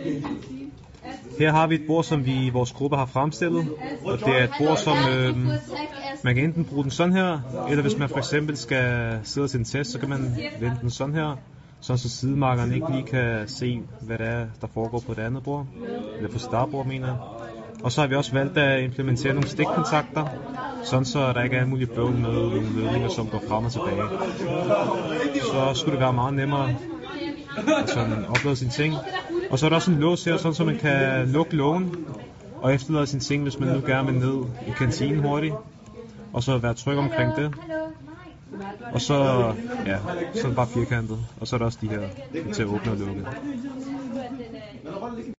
Her har vi et bord, som vi i vores gruppe har fremstillet, og det er et bord, som man kan enten bruge den sådan her, eller hvis man for eksempel skal sidde til en test, så kan man vende den sådan her, så sidemarkeren ikke lige kan se, hvad det er, der foregår på det andet bord, eller på starbord, mener jeg. Og så har vi også valgt at implementere nogle stikkontakter, sådan så der ikke er muligt bøvl med nogle ledninger, som går frem og tilbage. Så skulle det være meget nemmere at sådan oplade sine ting. Og så er der også en lås her, sådan så man kan lukke lågen og efterlade sine ting, hvis man nu gerne vil ned i kantinen hurtigt. Og så være tryg omkring det. Og så, ja, så er det bare firkantet. Og så er der også de her til at åbne og lukke.